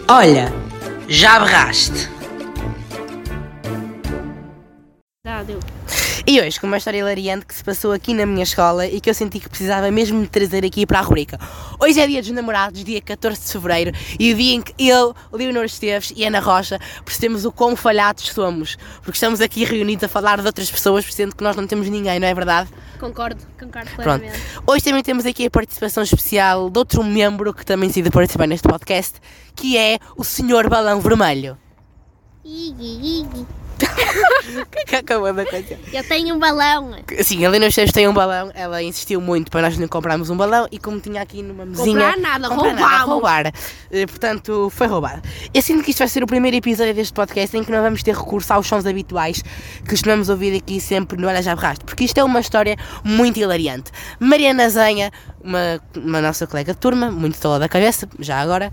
Olha, já berraste. Deu. E hoje, com uma história hilariante que se passou aqui na minha escola e que eu senti que precisava mesmo de trazer aqui para a rubrica. Hoje é dia dos namorados, dia 14 de fevereiro, e o dia em que eu, Leonor Esteves e Ana Rocha percebemos o quão falhados somos, porque estamos aqui reunidos a falar de outras pessoas, sendo que nós não temos ninguém, não é verdade? Concordo plenamente. Hoje também temos aqui a participação especial de outro membro que também decide participar neste podcast, que é o Sr. Balão Vermelho. Que acabou da coisa. Eu tenho um balão. Sim, a Leonor Esteves tem um balão, ela insistiu muito para nós não comprarmos um balão e como tinha aqui numa mesinha... roubar. Portanto, foi roubado. Eu sinto que isto vai ser o primeiro episódio deste podcast em que não vamos ter recurso aos sons habituais que costumamos ouvir aqui sempre no Olha Já Berraste, porque isto é uma história muito hilariante. Mariana Zenha, uma nossa colega de turma, muito tola da cabeça, já agora,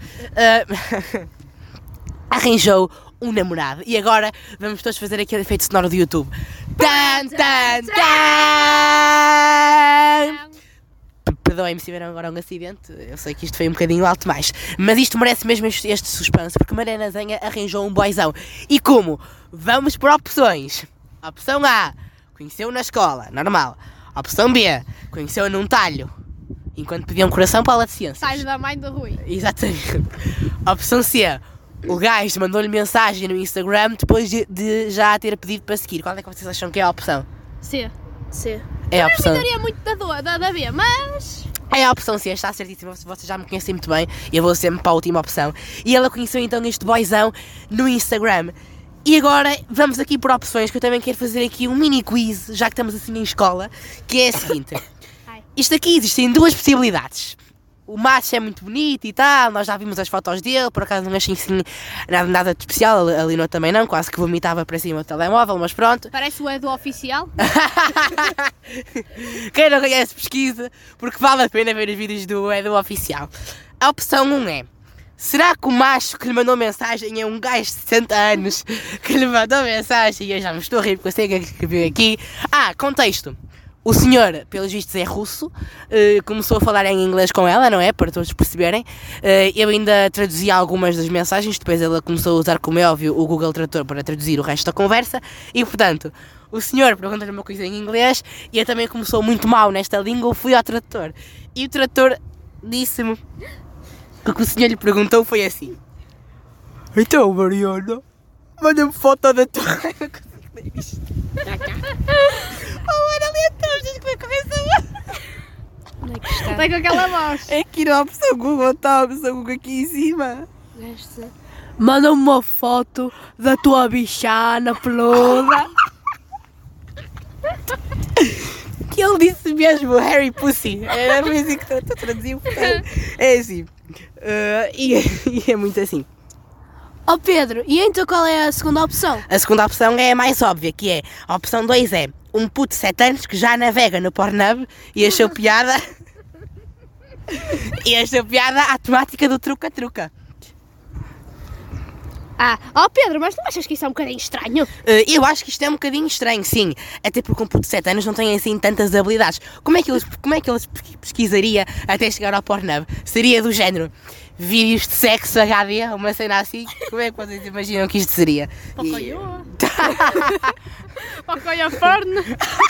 arranjou um namorado. E agora vamos todos fazer aquele efeito sonoro do YouTube. Tan, tan, tan. Perdoem-me se tiveram agora um acidente. Eu sei que isto foi um bocadinho alto mais, mas isto merece mesmo este suspense, porque Mariana Zenha arranjou um boyzão. E como? Vamos por opções. Opção A, conheceu na escola, normal. Opção B, conheceu num talho, enquanto pedia um coração para a aula de ciências. Talho da mãe do Rui. Exatamente. Opção C, o gajo mandou-lhe mensagem no Instagram depois de já ter pedido para seguir. Qual é que vocês acham que é a opção? C. É a opção. Eu não muito da B, mas... É a opção C, está certíssima. Vocês já me conhecem muito bem. Eu vou sempre para a última opção. E ela conheceu então este boyzão no Instagram. E agora vamos aqui por opções, que eu também quero fazer aqui um mini quiz, já que estamos assim em escola, que é a seguinte. Isto aqui existem duas possibilidades. O macho é muito bonito e tal, nós já vimos as fotos dele, por acaso não achei assim nada de especial, a Leonor também não, quase que vomitava para cima do telemóvel, mas pronto. Parece o Edu oficial. Quem não conhece pesquisa, porque vale a pena ver os vídeos do Edu oficial. A opção 1 é: será que o macho que lhe mandou mensagem é um gajo de 60 anos que lhe mandou mensagem? E eu já me estou a rir porque eu sei que escreveu aqui. Contexto. O senhor, pelos vistos, é russo, começou a falar em inglês com ela, não é? Para todos perceberem. Eu ainda traduzi algumas das mensagens, depois ela começou a usar, como é óbvio, o Google Tradutor para traduzir o resto da conversa. E, portanto, o senhor perguntou-lhe uma coisa em inglês e eu também começou muito mal nesta língua, fui ao tradutor. E o tradutor disse-me que o que o senhor lhe perguntou foi assim: então, Mariana, manda-me foto da tua... Está com aquela voz. É aqui na opção Google, está a opção Google aqui em cima. Manda-me uma foto da tua bichana peluda. Que ele disse mesmo, Harry Pussy. É assim que estou a traduzir. É assim. E é muito assim. Oh Pedro, e então qual é a segunda opção? A segunda opção é a mais óbvia, que é, a opção 2 é um puto de 7 anos que já navega no Pornhub e achou piada à temática do truca-truca. Oh Pedro, mas não achas que isso é um bocadinho estranho? Eu acho que isto é um bocadinho estranho, sim. Até porque um puto de 7 anos não tem assim tantas habilidades. Como é que ele pesquisaria até chegar ao Pornhub? Seria do género vídeos de sexo HD, uma cena assim? Como é que vocês imaginam que isto seria? Pocoyo porno.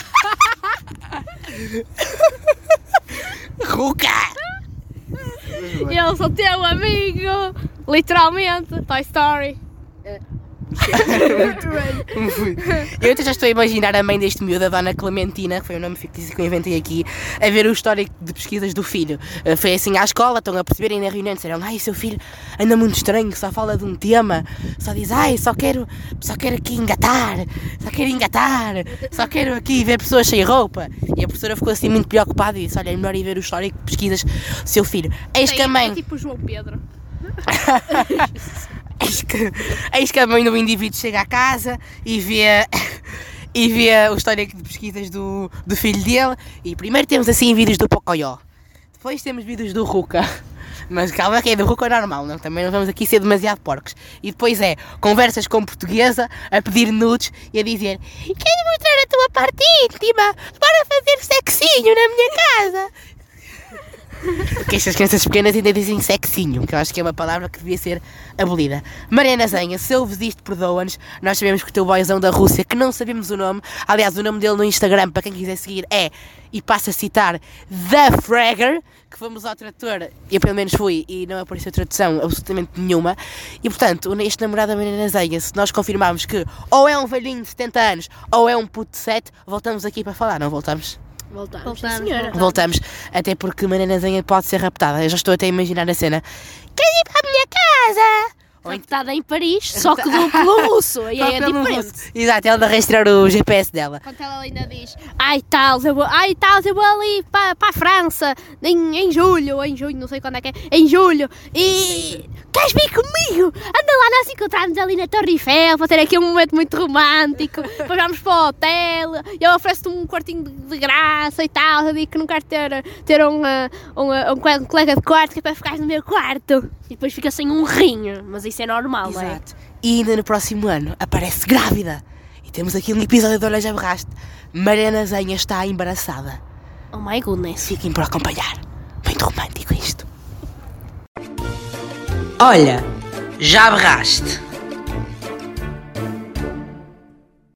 Ruca! Eu sou teu amigo. Literalmente. Toy Story. Muito bem. Eu até já estou a imaginar a mãe deste miúdo, a Dona Clementina, que foi o nome fictício que eu inventei aqui, a ver o histórico de pesquisas do filho. Foi assim à escola, estão a perceberem na reunião, disseram: seu filho anda muito estranho, só fala de um tema, só diz, só quero aqui engatar, só quero aqui ver pessoas sem roupa. E a professora ficou assim muito preocupada e disse: olha, é melhor ir ver o histórico de pesquisas do seu filho. Eis que a mãe... É tipo o João Pedro. Eis que a mãe do indivíduo chega à casa e vê o histórico de pesquisas do filho dele. E primeiro temos assim vídeos do Pocoyo, depois temos vídeos do Ruca, mas calma que é do Ruca normal, não? Também não vamos aqui ser demasiado porcos. E depois é conversas com portuguesa a pedir nudes e a dizer: queres mostrar a tua parte íntima? Bora fazer sexinho na minha casa. Porque estas crianças pequenas ainda dizem sexinho, que eu acho que é uma palavra que devia ser abolida. Mariana Zenha, se ouves isto, perdoa-nos. Nós sabemos que o teu boyzão da Rússia, que não sabemos o nome, aliás, o nome dele no Instagram, para quem quiser seguir, é, e passo a citar, The Fragger, que fomos ao tradutor, eu pelo menos fui, e não apareceu tradução absolutamente nenhuma. E portanto, este namorado da Mariana Zenha, se nós confirmarmos que ou é um velhinho de 70 anos ou é um puto de 7, voltamos aqui para falar, não voltamos? Voltamos, senhora. Voltamos, até porque Mariana Zenha pode ser raptada. Eu já estou até a imaginar a cena. Queres ir para a minha casa? Raptada em Paris, só que pelo russo, e aí é diferente. Exato, ela vai registrar o GPS dela. Quando ela ainda diz, ai tal, eu vou ali para a França em julho, não sei quando é que é, em julho, e queres vir comigo? Anda lá, nós encontramos ali na Torre Eiffel para ter aqui um momento muito romântico, depois vamos para o hotel, e eu ofereço-te um quartinho de graça e tal, eu digo que não quero ter um colega de quarto que é para ficares no meu quarto, e depois fica sem um rim, mas isso é normal, não é? Exato. E ainda no próximo ano aparece grávida. E temos aqui um episódio de Olha Já Berraste. Mariana Zenha está embaraçada. Oh my goodness. Fiquem por acompanhar. Muito romântico isto. Olha, já berraste.